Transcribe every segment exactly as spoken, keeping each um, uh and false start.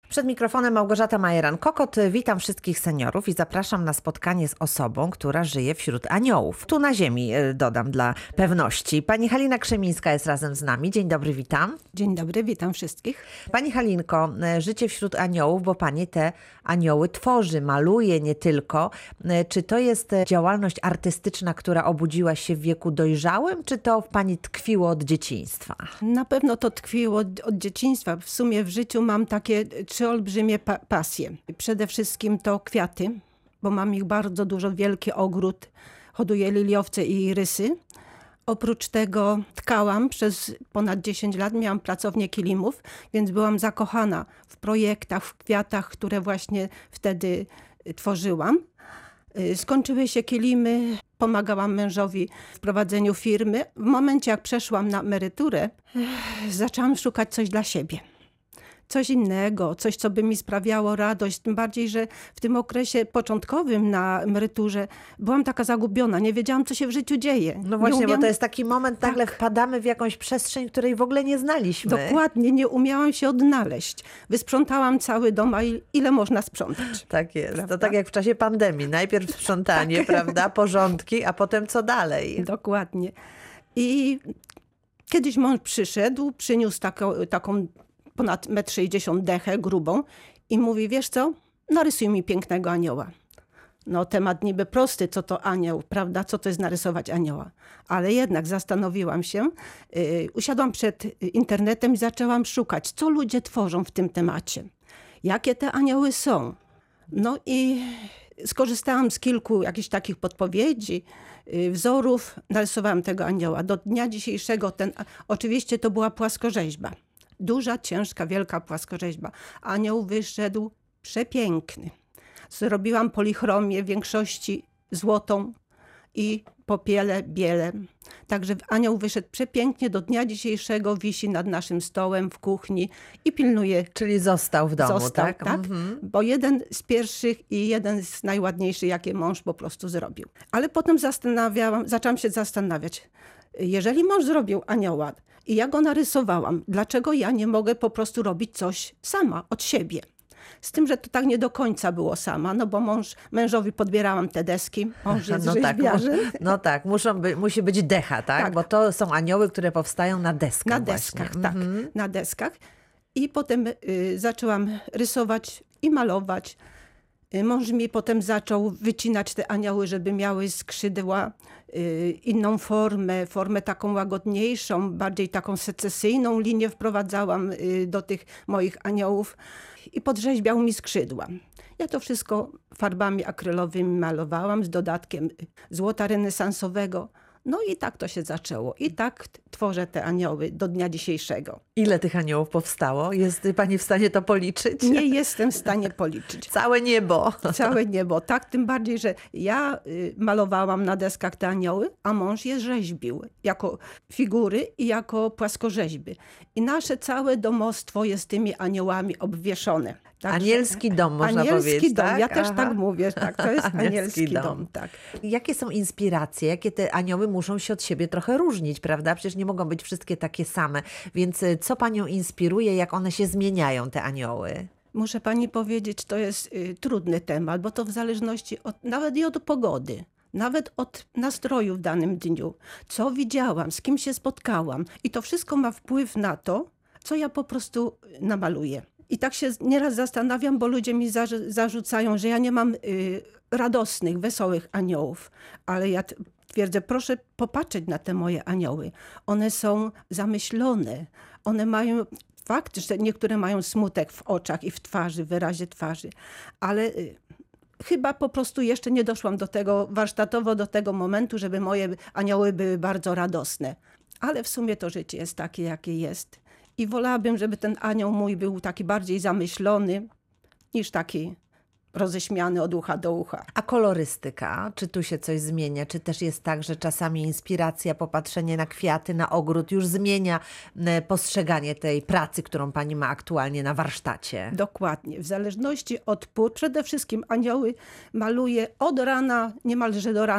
Przed mikrofonem Małgorzata Majeran-Kokot. Witam wszystkich seniorów i zapraszam na spotkanie z osobą, która żyje wśród aniołów. Tu na ziemi, dodam dla pewności. Pani Halina Krzemińska jest razem z nami. Dzień dobry, witam. Dzień dobry, witam wszystkich. Pani Halinko, życie wśród aniołów, bo pani te anioły tworzy, maluje nie tylko. Czy to jest działalność artystyczna, która obudziła się w wieku dojrzałym, czy to w pani tkwiło od dzieciństwa? Na pewno to tkwiło od, od dzieciństwa. W sumie w życiu mam takie trzy olbrzymie pa- pasje. Przede wszystkim to kwiaty, bo mam ich bardzo dużo, wielki ogród. Hoduję liliowce i irysy. Oprócz tego tkałam przez ponad dziesięć lat, miałam pracownię kilimów, więc byłam zakochana w projektach, w kwiatach, które właśnie wtedy tworzyłam. Skończyły się kilimy, pomagałam mężowi w prowadzeniu firmy. W momencie, jak przeszłam na emeryturę, zaczęłam szukać coś dla siebie. Coś innego, coś, co by mi sprawiało radość. Tym bardziej, że w tym okresie początkowym na emeryturze byłam taka zagubiona. Nie wiedziałam, co się w życiu dzieje. No właśnie, umiałam... bo to jest taki moment, nagle tak. wpadamy w jakąś przestrzeń, której w ogóle nie znaliśmy. Dokładnie, nie umiałam się odnaleźć. Wysprzątałam cały dom, a ile można sprzątać? Tak jest. Prawda? To tak jak w czasie pandemii. Najpierw sprzątanie, Tak. prawda, porządki, a potem co dalej? Dokładnie. I kiedyś mąż przyszedł, przyniósł taką, taką ponad metr sześćdziesiąt dechę grubą i mówi, wiesz co, narysuj mi pięknego anioła. No temat niby prosty, co to anioł, prawda, co to jest narysować anioła. Ale jednak zastanowiłam się, yy, usiadłam przed internetem i zaczęłam szukać, co ludzie tworzą w tym temacie. Jakie te anioły są. No i skorzystałam z kilku jakichś takich podpowiedzi, yy, wzorów, narysowałam tego anioła. Do dnia dzisiejszego ten, oczywiście to była płaskorzeźba. Duża, ciężka, wielka płaskorzeźba. Anioł wyszedł przepiękny. Zrobiłam polichromię w większości złotą i popielę bielem. Także anioł wyszedł przepięknie. Do dnia dzisiejszego wisi nad naszym stołem w kuchni i pilnuje. Czyli został w domu, Został, tak? tak? Mhm. Bo jeden z pierwszych i jeden z najładniejszych, jakie mąż po prostu zrobił. Ale potem zastanawiałam, zaczęłam się zastanawiać. Jeżeli mąż zrobił anioła i ja go narysowałam, dlaczego ja nie mogę po prostu robić coś sama, od siebie? Z tym, że to tak nie do końca było sama, no bo mąż, mężowi podbierałam te deski, mąż jest No tak, rzeźbiarzem. no tak, muszą by, musi być decha, tak? Tak. Bo to są anioły, które powstają na deskach Na deskach, właśnie. tak, Mhm. na deskach. I potem y, zaczęłam rysować i malować. Y, Mąż mi potem zaczął wycinać te anioły, żeby miały skrzydła, y, inną formę, formę taką łagodniejszą, bardziej taką secesyjną linię wprowadzałam y, do tych moich aniołów i podrzeźbiał mi skrzydła. Ja to wszystko farbami akrylowymi malowałam z dodatkiem złota renesansowego. No i tak to się zaczęło. I tak tworzę te anioły do dnia dzisiejszego. Ile tych aniołów powstało? Jest pani w stanie to policzyć? Nie jestem w stanie policzyć. Całe niebo. Całe niebo. Tak, tym bardziej, że ja y, malowałam na deskach te anioły, a mąż je rzeźbił jako figury i jako płaskorzeźby. I nasze całe domostwo jest tymi aniołami obwieszone. Także, Anielski dom, można anielski powiedzieć, dom. tak? Ja też Aha. tak mówię. Tak, to jest Anielski anielski dom. dom. Tak. Jakie są inspiracje? Jakie te anioły muszą się od siebie trochę różnić, prawda? Przecież nie mogą być wszystkie takie same. Więc co panią inspiruje, jak one się zmieniają, te anioły? Muszę pani powiedzieć, to jest y, trudny temat, bo to w zależności od, nawet i od pogody. Nawet od nastroju w danym dniu. Co widziałam, z kim się spotkałam. I to wszystko ma wpływ na to, co ja po prostu namaluję. I tak się nieraz zastanawiam, bo ludzie mi zarzu- zarzucają, że ja nie mam y, radosnych, wesołych aniołów. Ale ja t- twierdzę, proszę popatrzeć na te moje anioły. One są zamyślone. One mają fakt, że niektóre mają smutek w oczach i w twarzy, w wyrazie twarzy. Ale y, chyba po prostu jeszcze nie doszłam do tego, warsztatowo do tego momentu, żeby moje anioły były bardzo radosne. Ale w sumie to życie jest takie, jakie jest. I wolałabym, żeby ten anioł mój był taki bardziej zamyślony, niż taki roześmiany od ucha do ucha. A kolorystyka? Czy tu się coś zmienia? Czy też jest tak, że czasami inspiracja, popatrzenie na kwiaty, na ogród już zmienia e, postrzeganie tej pracy, którą pani ma aktualnie na warsztacie? Dokładnie. W zależności od pór, przede wszystkim anioły maluję od rana, niemalże do rana,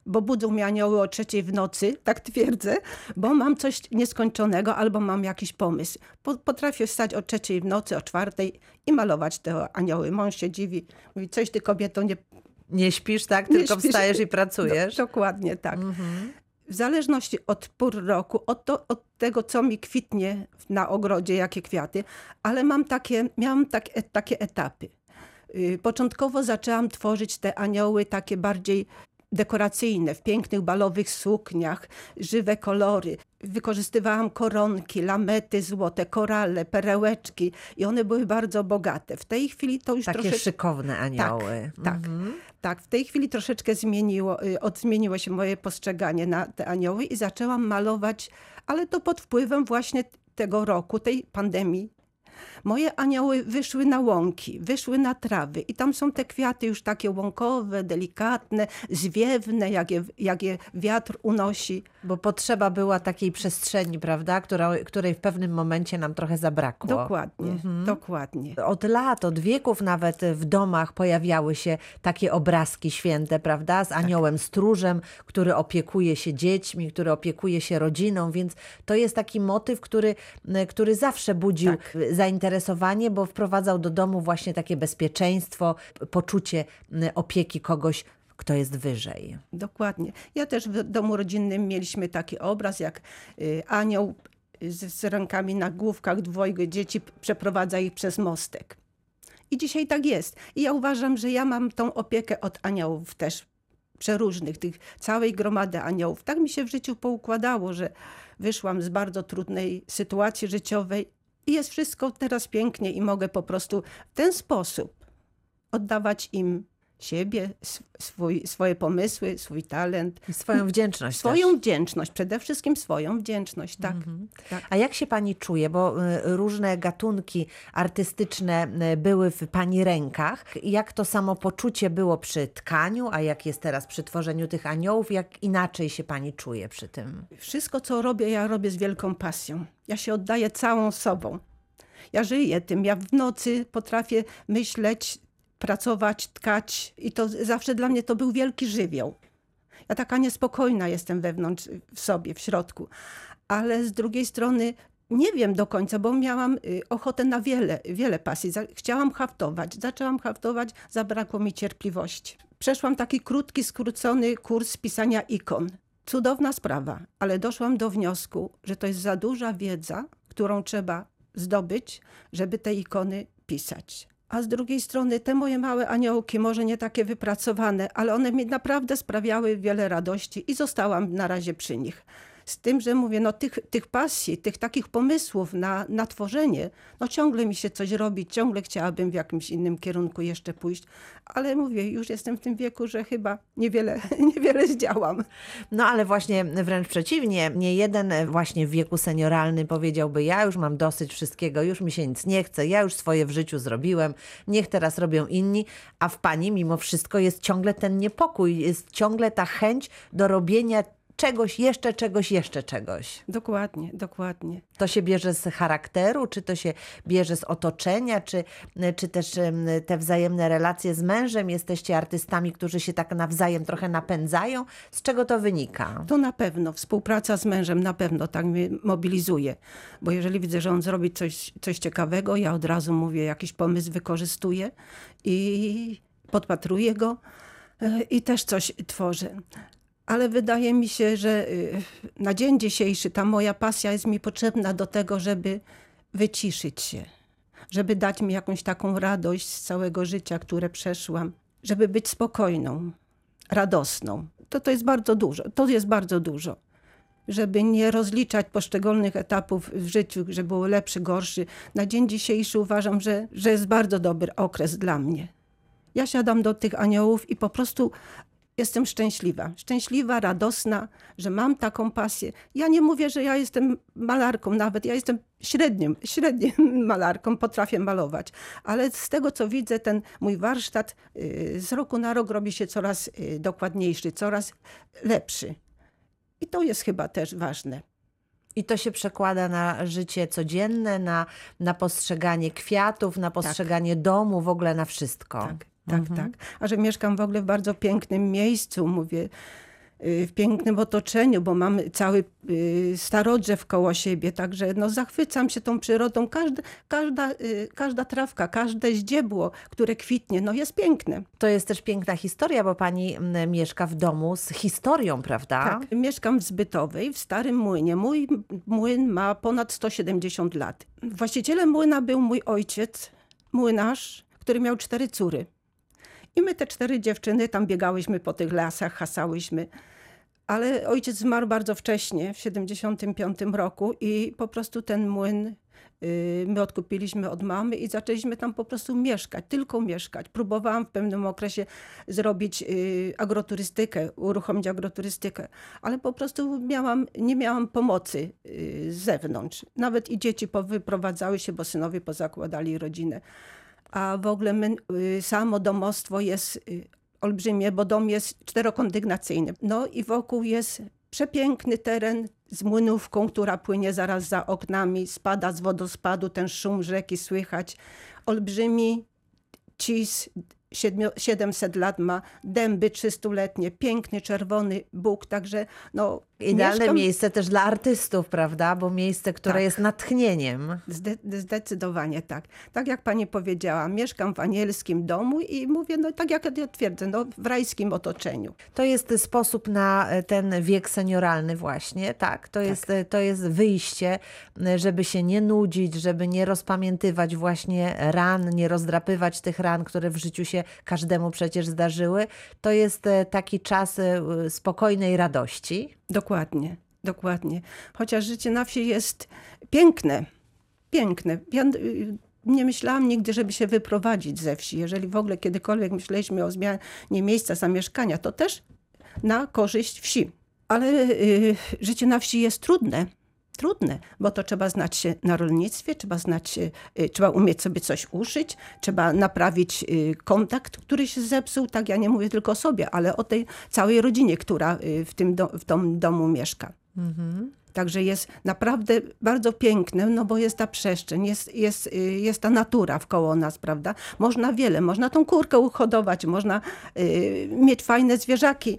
bo budzą mnie anioły o trzeciej w nocy, tak twierdzę, bo mam coś nieskończonego albo mam jakiś pomysł. Po, potrafię wstać o trzeciej w nocy, o czwartej i malować te anioły. Mąż się dziwi, mówi, coś ty kobieto nie... Nie śpisz, tak? Nie Tylko śpisz. wstajesz i pracujesz? Do, dokładnie tak. Mhm. W zależności od pór roku, od, to, od tego, co mi kwitnie na ogrodzie, jakie kwiaty, ale mam takie, miałam tak, e, takie etapy. Yy, początkowo zaczęłam tworzyć te anioły takie bardziej dekoracyjne, w pięknych balowych sukniach, żywe kolory. Wykorzystywałam koronki, lamety złote, korale, perełeczki i one były bardzo bogate. W tej chwili to już Takie troszeczkę... szykowne anioły. Tak, tak, Mhm. tak. W tej chwili troszeczkę zmieniło, y, odmieniło się moje postrzeganie na te anioły i zaczęłam malować, ale to pod wpływem właśnie tego roku, tej pandemii. Moje anioły wyszły na łąki, wyszły na trawy i tam są te kwiaty już takie łąkowe, delikatne, zwiewne, jak je, jak je wiatr unosi. Bo potrzeba była takiej przestrzeni, prawda, Która, której w pewnym momencie nam trochę zabrakło. Dokładnie, Mhm. dokładnie. Od lat, od wieków nawet w domach pojawiały się takie obrazki święte, prawda? Z aniołem stróżem, który opiekuje się dziećmi, który opiekuje się rodziną, więc to jest taki motyw, który, który zawsze budził Tak. zainteresowanie, bo wprowadzał do domu właśnie takie bezpieczeństwo, poczucie opieki kogoś, kto jest wyżej. Dokładnie. Ja też w domu rodzinnym mieliśmy taki obraz, jak y, anioł z, z rękami na główkach dwojga dzieci przeprowadza ich przez mostek. I dzisiaj tak jest. I ja uważam, że ja mam tą opiekę od aniołów też przeróżnych, tych całej gromady aniołów. Tak mi się w życiu poukładało, że wyszłam z bardzo trudnej sytuacji życiowej i jest wszystko teraz pięknie i mogę po prostu w ten sposób oddawać im siebie, swój, swoje pomysły, swój talent. I swoją wdzięczność Swoją też. wdzięczność, przede wszystkim swoją wdzięczność, tak. Mhm. tak. A jak się pani czuje? Bo y, różne gatunki artystyczne y, były w pani rękach. Jak to samopoczucie było przy tkaniu, a jak jest teraz przy tworzeniu tych aniołów? Jak inaczej się pani czuje przy tym? Wszystko, co robię, ja robię z wielką pasją. Ja się oddaję całą sobą. Ja żyję tym. Ja w nocy potrafię myśleć, pracować, tkać i to zawsze dla mnie to był wielki żywioł. Ja taka niespokojna jestem wewnątrz, w sobie, w środku. Ale z drugiej strony nie wiem do końca, bo miałam ochotę na wiele, wiele pasji. Chciałam haftować, zaczęłam haftować, zabrakło mi cierpliwości. Przeszłam taki krótki, skrócony kurs pisania ikon. Cudowna sprawa, ale doszłam do wniosku, że to jest za duża wiedza, którą trzeba zdobyć, żeby te ikony pisać. A z drugiej strony te moje małe aniołki, może nie takie wypracowane, ale one mi naprawdę sprawiały wiele radości i zostałam na razie przy nich. Z tym, że mówię, no tych, tych pasji, tych takich pomysłów na, na tworzenie, no ciągle mi się coś robi, ciągle chciałabym w jakimś innym kierunku jeszcze pójść, ale mówię, już jestem w tym wieku, że chyba niewiele, niewiele zdziałam. No ale właśnie wręcz przeciwnie, nie jeden właśnie w wieku senioralnym powiedziałby, ja już mam dosyć wszystkiego, już mi się nic nie chce, ja już swoje w życiu zrobiłem, niech teraz robią inni, a w pani mimo wszystko jest ciągle ten niepokój, jest ciągle ta chęć do robienia czegoś, jeszcze czegoś, jeszcze czegoś. Dokładnie, dokładnie. To się bierze z charakteru, czy to się bierze z otoczenia, czy, czy też te wzajemne relacje z mężem? Jesteście artystami, którzy się tak nawzajem trochę napędzają? Z czego to wynika? To na pewno. Współpraca z mężem na pewno tak mnie mobilizuje. Bo jeżeli widzę, że on zrobi coś, coś ciekawego, ja od razu mówię, jakiś pomysł wykorzystuję i podpatruję go i też coś tworzę. Ale wydaje mi się, że na dzień dzisiejszy ta moja pasja jest mi potrzebna do tego, żeby wyciszyć się, żeby dać mi jakąś taką radość z całego życia, które przeszłam, żeby być spokojną, radosną. To, to jest bardzo dużo, to jest bardzo dużo. Żeby nie rozliczać poszczególnych etapów w życiu, że był lepszy, gorszy. Na dzień dzisiejszy uważam, że, że jest bardzo dobry okres dla mnie. Ja siadam do tych aniołów i po prostu jestem szczęśliwa. Szczęśliwa, radosna, że mam taką pasję. Ja nie mówię, że ja jestem malarką nawet. Ja jestem średnim, średnim malarką, potrafię malować. Ale z tego, co widzę, ten mój warsztat z roku na rok robi się coraz dokładniejszy, coraz lepszy. I to jest chyba też ważne. I to się przekłada na życie codzienne, na, na postrzeganie kwiatów, na postrzeganie tak. domu, w ogóle na wszystko. Tak. Tak, mhm. tak. A że mieszkam w ogóle w bardzo pięknym miejscu, mówię, w pięknym otoczeniu, bo mamy cały starodrzew koło siebie, także no zachwycam się tą przyrodą. Każda, każda, każda trawka, każde ździebło, które kwitnie, no jest piękne. To jest też piękna historia, bo pani mieszka w domu z historią, prawda? Tak, mieszkam w Zbytowej, w Starym Młynie. Mój młyn ma ponad sto siedemdziesiąt lat. Właścicielem młyna był mój ojciec, młynarz, który miał cztery córy. I my te cztery dziewczyny tam biegałyśmy po tych lasach, hasałyśmy. Ale ojciec zmarł bardzo wcześnie, w siedemdziesiątym piątym roku i po prostu ten młyn yy, my odkupiliśmy od mamy i zaczęliśmy tam po prostu mieszkać, tylko mieszkać. Próbowałam w pewnym okresie zrobić yy, agroturystykę, uruchomić agroturystykę, ale po prostu miałam, nie miałam pomocy yy, z zewnątrz. Nawet i dzieci powyprowadzały się, bo synowie pozakładali rodzinę. A w ogóle my, yy, samo domostwo jest yy, olbrzymie, bo dom jest czterokondygnacyjny. No i wokół jest przepiękny teren z młynówką, która płynie zaraz za oknami, spada z wodospadu, ten szum rzeki słychać. Olbrzymi cis, siedemset lat ma, dęby trzystuletnie, piękny czerwony bóg, także no... Idealne mieszkam... miejsce też dla artystów, prawda? Bo miejsce, które tak. jest natchnieniem. Zde zdecydowanie tak. Tak jak pani powiedziała, mieszkam w anielskim domu i mówię, no tak jak ja twierdzę, no, w rajskim otoczeniu. To jest sposób na ten wiek senioralny właśnie, tak? To jest, tak. To jest wyjście, żeby się nie nudzić, żeby nie rozpamiętywać właśnie ran, nie rozdrapywać tych ran, które w życiu się każdemu przecież zdarzyły. To jest taki czas spokojnej radości. Dokładnie, dokładnie. Chociaż życie na wsi jest piękne, piękne. Ja nie myślałam nigdy, żeby się wyprowadzić ze wsi. Jeżeli w ogóle kiedykolwiek myśleliśmy o zmianie miejsca zamieszkania, to też na korzyść wsi. Ale y, życie na wsi jest trudne. Trudne, bo to trzeba znać się na rolnictwie, trzeba znać się, y, trzeba umieć sobie coś uszyć, trzeba naprawić y, kontakt, który się zepsuł. Tak, ja nie mówię tylko o sobie, ale o tej całej rodzinie, która y, w tym do, w tym domu mieszka. Mhm. Także jest naprawdę bardzo piękne, no bo jest ta przestrzeń, jest, jest, y, jest ta natura wkoło nas, prawda? Można wiele, można tą kurkę uhodować, można y, mieć fajne zwierzaki,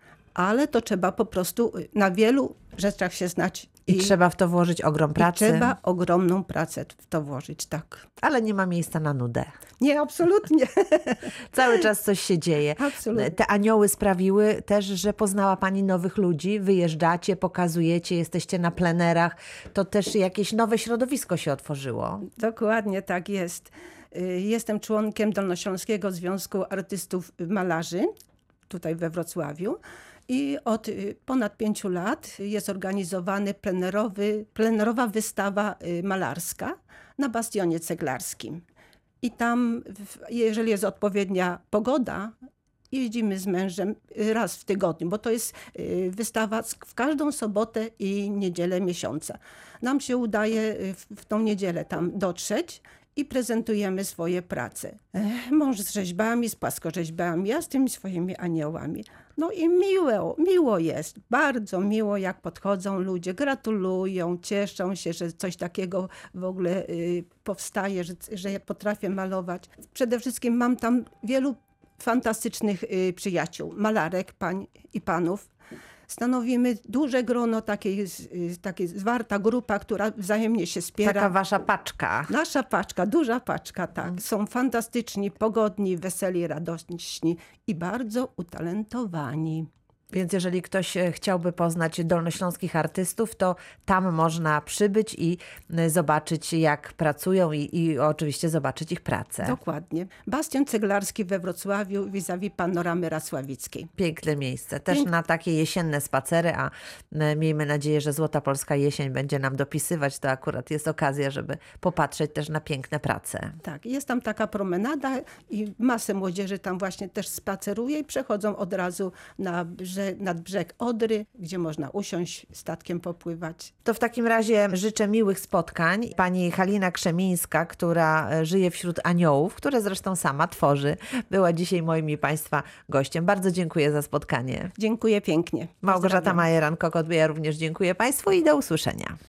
ale to trzeba po prostu na wielu rzeczach się znać. I, I trzeba w to włożyć ogrom pracy. I trzeba ogromną pracę w to włożyć, tak. Ale nie ma miejsca na nudę. Nie, absolutnie. Cały czas coś się dzieje. Absolutnie. Te anioły sprawiły też, że poznała pani nowych ludzi, wyjeżdżacie, pokazujecie, jesteście na plenerach. To też jakieś nowe środowisko się otworzyło. Dokładnie tak jest. Jestem członkiem Dolnośląskiego Związku Artystów Malarzy, tutaj we Wrocławiu. I od ponad pięciu lat jest organizowany plenerowy, plenerowa wystawa malarska na Bastionie Ceglarskim. I tam, jeżeli jest odpowiednia pogoda, jeździmy z mężem raz w tygodniu, bo to jest wystawa w każdą sobotę i niedzielę miesiąca. Nam się udaje w tą niedzielę tam dotrzeć i prezentujemy swoje prace. Mąż z rzeźbami, z płaskorzeźbami, ja z tymi swoimi aniołami. No i miło, miło jest, bardzo miło, jak podchodzą ludzie, gratulują, cieszą się, że coś takiego w ogóle y, powstaje, że, że ja potrafię malować. Przede wszystkim mam tam wielu fantastycznych y, przyjaciół, malarek, pań i panów. Stanowimy duże grono, takiej, takiej zwarta grupa, która wzajemnie się wspiera. Taka wasza paczka. Nasza paczka, duża paczka, tak. Są fantastyczni, pogodni, weseli, radośni i bardzo utalentowani. Więc jeżeli ktoś chciałby poznać dolnośląskich artystów, to tam można przybyć i zobaczyć, jak pracują i, i oczywiście zobaczyć ich pracę. Dokładnie. Bastion Ceglarski we Wrocławiu vis-a-vis Panoramy Rasławickiej. Piękne miejsce. Też Pięk... na takie jesienne spacery, a miejmy nadzieję, że Złota Polska Jesień będzie nam dopisywać. To akurat jest okazja, żeby popatrzeć też na piękne prace. Tak, jest tam taka promenada i masę młodzieży tam właśnie też spaceruje i przechodzą od razu na brzeg nad brzeg Odry, gdzie można usiąść, statkiem popływać. To w takim razie życzę miłych spotkań. Pani Halina Krzemińska, która żyje wśród aniołów, które zresztą sama tworzy, była dzisiaj moim i Państwa gościem. Bardzo dziękuję za spotkanie. Dziękuję pięknie. Małgorzata Majeran-Kokot, ja również dziękuję Państwu i do usłyszenia.